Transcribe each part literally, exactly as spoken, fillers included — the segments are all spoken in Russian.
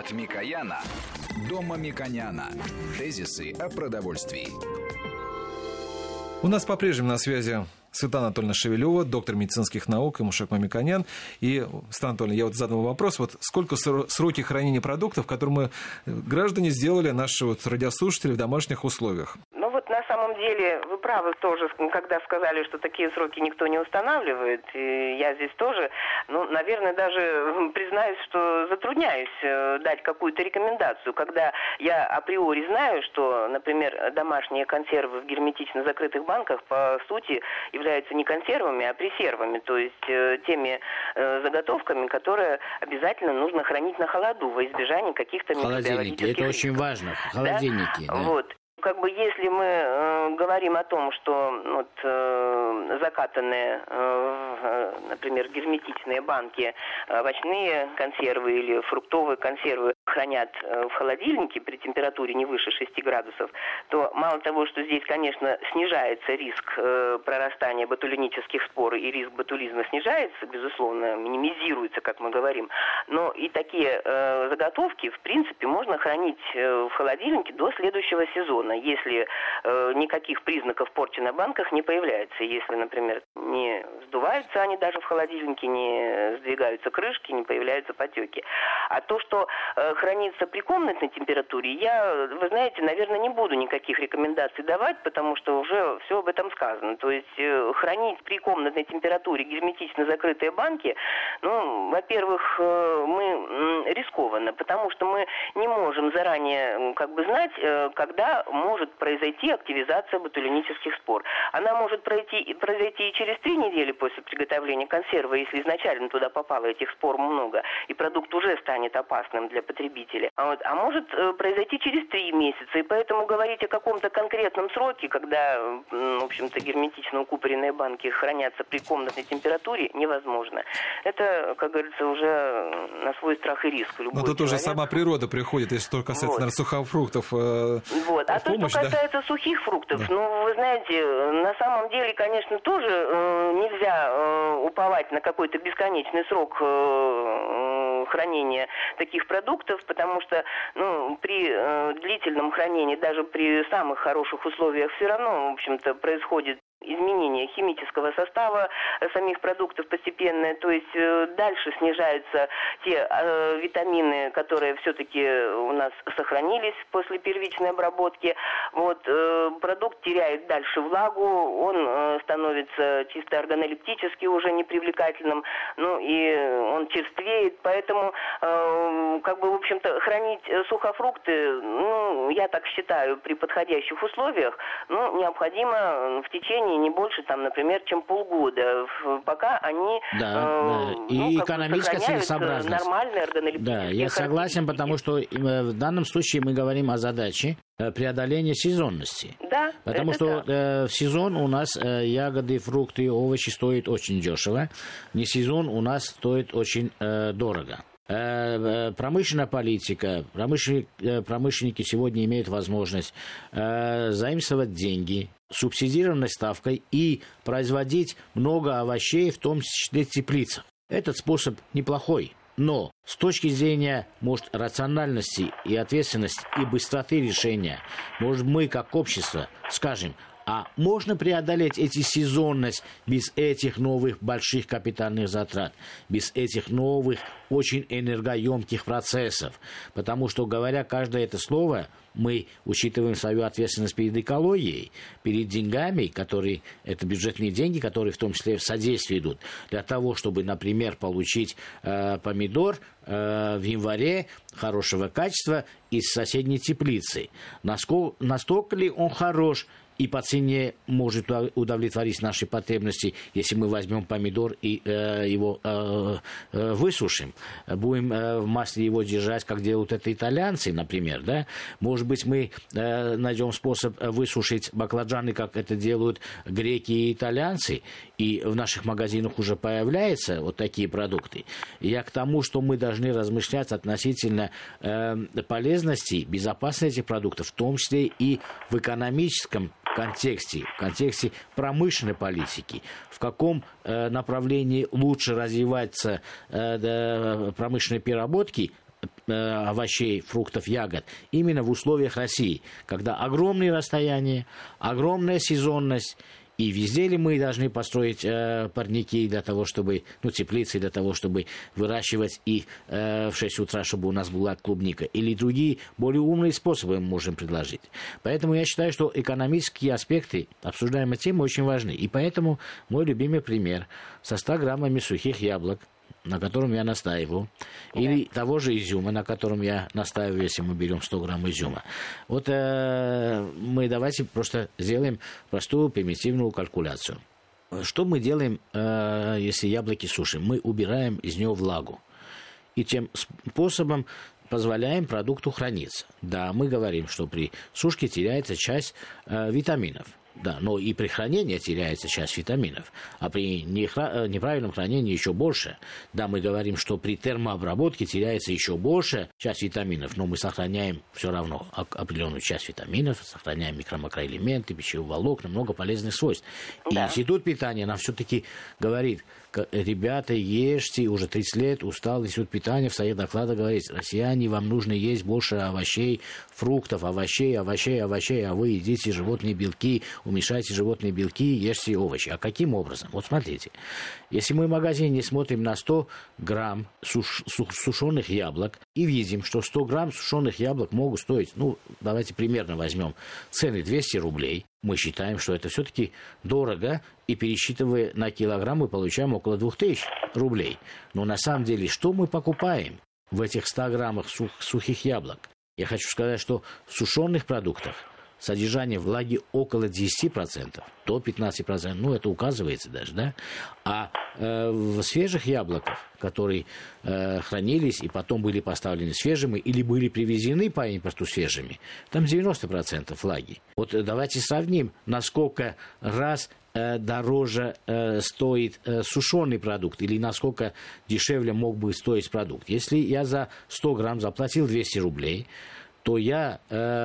От Микояна до Мамиконяна. Тезисы о продовольствии. У нас по-прежнему на связи Светлана Анатольевна Шевелева, доктор медицинских наук, и Мушек Мамиконян. И, Светлана Анатольевна, я вот задал вопрос, вот сколько сроки хранения продуктов, которые мы, граждане, сделали, наши вот радиослушатели, в домашних условиях? Ну вот на самом деле вы правы тоже, когда сказали, что такие сроки никто не устанавливает. И я здесь тоже, ну, наверное, даже признаюсь, что затрудняюсь дать какую-то рекомендацию, когда я априори знаю, что, например, домашние консервы в герметично закрытых банках по сути являются не консервами, а пресервами, то есть э, теми э, заготовками, которые обязательно нужно хранить на холоду во избежание каких-то микробиологических рисков. Это очень важно, холодильники. Да? Да? Вот. Как бы если мы э, говорим о том, что вот, э, закатанные, э, например, герметичные банки, овощные консервы или фруктовые консервы хранят э, в холодильнике при температуре не выше шести градусов, то мало того, что здесь, конечно, снижается риск э, прорастания ботулинических спор и риск ботулизма снижается, безусловно, минимизируется, как мы говорим, но и такие э, заготовки, в принципе, можно хранить э, в холодильнике до следующего сезона, если э, никаких признаков порчи на банках не появляется. Если, например, не сдуваются они даже в холодильнике, не сдвигаются крышки, не появляются потеки. А то, что э, хранится при комнатной температуре, я, вы знаете, наверное, не буду никаких рекомендаций давать, потому что уже все об этом сказано. То есть э, хранить при комнатной температуре герметично закрытые банки, ну, во-первых, э, мы э, рискованно, потому что мы не можем заранее как бы знать, э, когда может произойти активизация ботулинических спор. Она может пройти, произойти и через три недели после приготовления консервы, если изначально туда попало этих спор много, и продукт уже станет опасным для потребителя. А, вот, а может э, произойти через три месяца, и поэтому говорить о каком-то конкретном сроке, когда, э, в общем-то, герметично укупоренные банки хранятся при комнатной температуре, невозможно. Это, как говорится, уже на свой страх и риск. Но тут уже сама природа приходит, если что касается, вот, наверное, сухофруктов. Э, вот. А помощь, то, что да? касается сухих фруктов, да. ну, вы знаете, на самом деле, конечно, тоже э, нельзя э, уповать на какой-то бесконечный срок э, хранения таких продуктов, потому что, ну, при э, длительном хранении, даже при самых хороших условиях, все равно, в общем-то, происходит изменение химического состава самих продуктов постепенное, то есть э, дальше снижаются те э, витамины, которые все-таки у нас сохранились после первичной обработки. Вот, э, продукт теряет дальше влагу, он э, становится чисто органолептически уже непривлекательным, ну и он черствеет, поэтому э, как бы, в общем-то, хранить сухофрукты, ну, я так считаю, при подходящих условиях, ну, необходимо в течение не больше, там, например, чем полгода, пока они да, э, да. И ну, экономическая целесообразность. Нормальные органолептические. Да, я согласен, потому что в данном случае мы говорим о задаче преодоления сезонности. Да, потому что да. э, в сезон у нас э, ягоды, фрукты, овощи стоят очень дешево. Не сезон у нас стоит очень э, дорого. Промышленная политика, промышленники, промышленники сегодня имеют возможность э, заимствовать деньги субсидированной ставкой и производить много овощей, в том числе в теплицах. Этот способ неплохой, но с точки зрения, может, рациональности и ответственности и быстроты решения, может, мы как общество скажем, а можно преодолеть эти сезонность без этих новых больших капитальных затрат, без этих новых очень энергоемких процессов? Потому что, говоря каждое это слово, мы учитываем свою ответственность перед экологией, перед деньгами, которые, это бюджетные деньги, которые в том числе в содействие идут, для того, чтобы, например, получить э, помидор э, в январе хорошего качества из соседней теплицы. Насколько, настолько ли он хорош, и по цене может удовлетворить наши потребности, если мы возьмем помидор и э, его э, э, высушим. Будем э, в масле его держать, как делают это итальянцы, например. Да? Может быть, мы э, найдем способ высушить баклажаны, как это делают греки и итальянцы, и в наших магазинах уже появляются вот такие продукты. Я к тому, что мы должны размышлять относительно э, полезности, безопасности этих продуктов, в том числе и в экономическом контексте, в контексте промышленной политики, в каком э, направлении лучше развиваться э, да, промышленной переработки овощей, фруктов, ягод именно в условиях России, когда огромные расстояния, огромная сезонность. И везде ли мы должны построить э, парники для того, чтобы, ну, теплицы для того, чтобы выращивать их э, в шесть утра, чтобы у нас была клубника? Или другие, более умные способы мы можем предложить? Поэтому я считаю, что экономические аспекты обсуждаемой темы очень важны. И поэтому мой любимый пример со ста граммами сухих яблок, на котором я настаиваю, да. Или того же изюма, на котором я настаиваю, если мы берем сто грамм изюма. Вот э, мы давайте просто сделаем простую примитивную калькуляцию. Что мы делаем, э, если яблоки сушим? Мы убираем из него влагу. И тем способом позволяем продукту храниться. Да, мы говорим, что при сушке теряется часть э, витаминов. Да, но и при хранении теряется часть витаминов, а при неправильном хранении еще больше. Да, мы говорим, что при термообработке теряется еще больше часть витаминов, но мы сохраняем все равно определенную часть витаминов, сохраняем микро-макроэлементы, пищевые волокна, много полезных свойств. Да. И Институт питания нам все-таки говорит: ребята, ешьте, уже тридцать лет устал Институт питания в своих докладах говорит: россияне, вам нужно есть больше овощей, фруктов, овощей, овощей, овощей, а вы едите животные белки, уменьшайте животные белки, ешьте овощи. А каким образом? Вот смотрите, если мы в магазине смотрим на сто грамм суш, суш, сушеных яблок и видим, что сто грамм сушеных яблок могут стоить, ну, давайте примерно возьмем цены двести рублей, мы считаем, что это все-таки дорого, и пересчитывая на килограмм, мы получаем около двух тысяч рублей. Но на самом деле, что мы покупаем в этих ста граммах сух, сухих яблок? Я хочу сказать, что в сушеных продуктах содержание влаги около десять процентов, до пятнадцать процентов, ну, это указывается даже, да? А э, в свежих яблоках, которые э, хранились и потом были поставлены свежими или были привезены по импорту свежими, там девяносто процентов влаги. Вот давайте сравним, насколько раз э, дороже э, стоит э, сушеный продукт или насколько дешевле мог бы стоить продукт. Если я за сто грамм заплатил двести рублей, то я,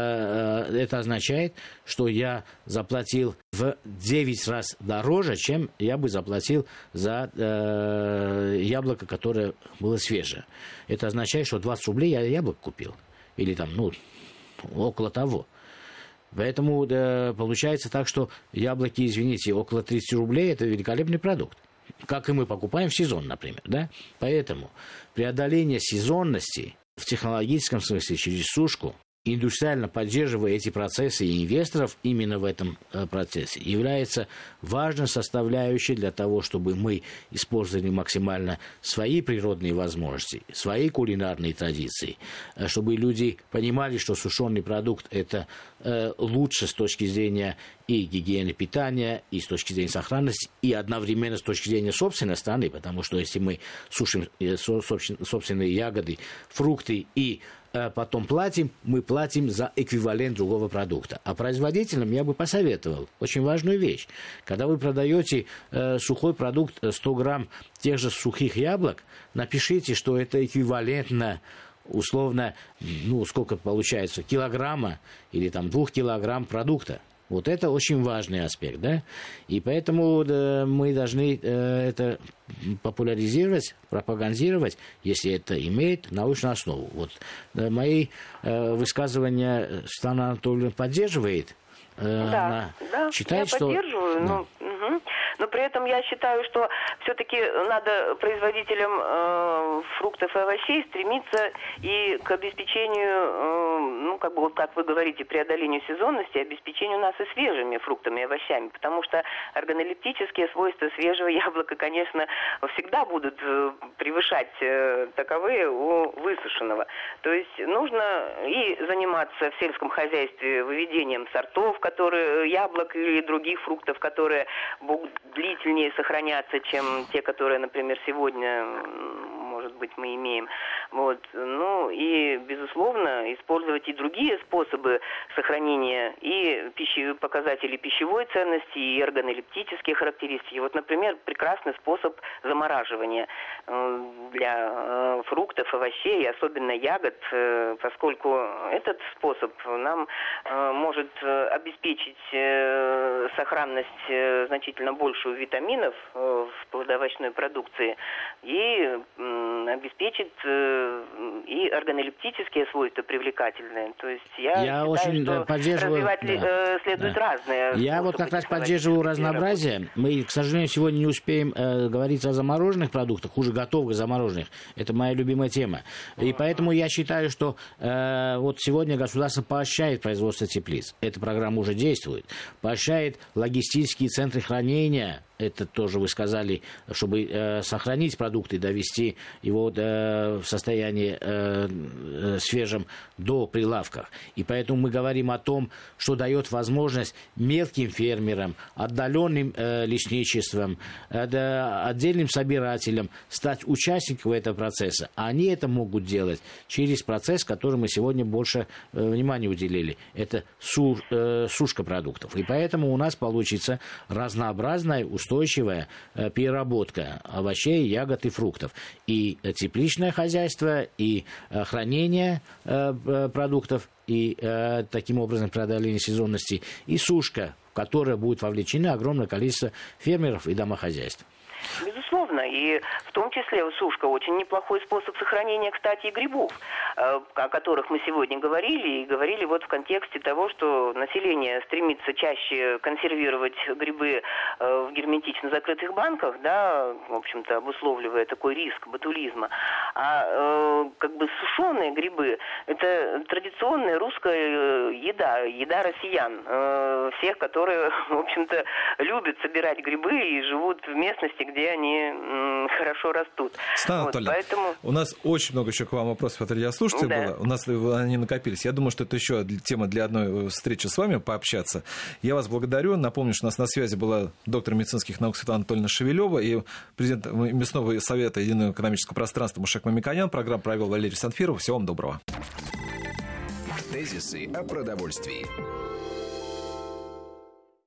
э, это означает, что я заплатил в девять раз дороже, чем я бы заплатил за э, яблоко, которое было свежее. Это означает, что двадцать рублей я яблок купил. Или там, ну, около того. Поэтому э, получается так, что яблоки, извините, около тридцать рублей – это великолепный продукт. Как и мы покупаем в сезон, например. Да? Поэтому преодоление сезонности в технологическом смысле через сушку, индустриально поддерживая эти процессы и инвесторов именно в этом э, процессе, является важной составляющей для того, чтобы мы использовали максимально свои природные возможности, свои кулинарные традиции, э, чтобы люди понимали, что сушеный продукт – это э, лучше с точки зрения и гигиены питания, и с точки зрения сохранности, и одновременно с точки зрения собственной страны, потому что если мы сушим э, собственные ягоды, фрукты и потом платим, мы платим за эквивалент другого продукта. А производителям я бы посоветовал очень важную вещь. Когда вы продаете э, сухой продукт, сто грамм тех же сухих яблок, напишите, что это эквивалентно, условно, ну, сколько получается, килограмма или там двух килограмм продукта. Вот это очень важный аспект, да, и поэтому да, мы должны э, это популяризировать, пропагандировать, если это имеет научную основу. Вот да, мои э, высказывания Светлана Анатольевна поддерживает. Э, да, она да, считает, я что... поддерживаю, Да. но... Угу. Но при этом я считаю, что все-таки надо производителям э, фруктов и овощей стремиться и к обеспечению, э, ну, как бы, вот как вы говорите, преодолению сезонности, обеспечению нас и свежими фруктами и овощами, потому что органолептические свойства свежего яблока, конечно, всегда будут э, превышать э, таковые у высушенного. То есть нужно и заниматься в сельском хозяйстве выведением сортов, которые, яблок или других фруктов, которые будут длительнее сохраняться, чем те, которые, например, сегодня, может быть, мы имеем. Вот. Ну и, безусловно, использовать и другие способы сохранения и пищи, показателей пищевой ценности, и органолептические характеристики. Вот, например, прекрасный способ замораживания для фруктов, овощей, особенно ягод, поскольку этот способ нам может обеспечить сохранность значительно большую витаминов в плодоовощной продукции и обеспечит и органолептические свойства привлекательные. То есть я, я считаю, очень что поддерживаю, развивать да, следует да. разные. Я вот как раз поддерживаю разнообразие. Мы, к сожалению, сегодня не успеем э, говорить о замороженных продуктах, уже готовых замороженных. Это моя любимая тема. И поэтому я считаю, что э, вот сегодня государство поощряет производство теплиц. Эта программа уже действует. Поощряет логистические центры хранения. Это тоже вы сказали, чтобы э, сохранить продукты, довести его э, в состоянии э, э, свежем до прилавков. И поэтому мы говорим о том, что дает возможность мелким фермерам, отдаленным э, лесничествам, э, да, отдельным собирателям стать участниками этого процесса. Они это могут делать через процесс, который мы сегодня больше э, внимания уделили. Это су, э, сушка продуктов. И поэтому у нас получится разнообразная, устойчивая э, переработка овощей, ягод и фруктов. И э, тепличное хозяйство, и э, хранение э, э, продуктов, и э, таким образом преодоление сезонности, и сушка, в которой будет вовлечено огромное количество фермеров и домохозяйств. Безусловно, и в том числе сушка очень неплохой способ сохранения, кстати, и грибов, о которых мы сегодня говорили, и говорили вот в контексте того, что население стремится чаще консервировать грибы в герметично закрытых банках, да, в общем-то, обусловливая такой риск ботулизма. А как бы сушеные грибы – это традиционная русская еда, еда россиян, всех, которые, в общем-то, любят собирать грибы и живут в местности, где они м, хорошо растут. Светлана вот, Анатольевна, поэтому... у нас очень много еще к вам вопросов от радиослушателей да. было. У нас они накопились. Я думаю, что это еще тема для одной встречи с вами пообщаться. Я вас благодарю. Напомню, что у нас на связи была доктор медицинских наук Светлана Анатольевна Шевелева и президент Мясного совета Единого экономического пространства Мушек Мамиканян. Программу провел Валерий Санфиров. Всего вам доброго. Тезисы о продовольствии.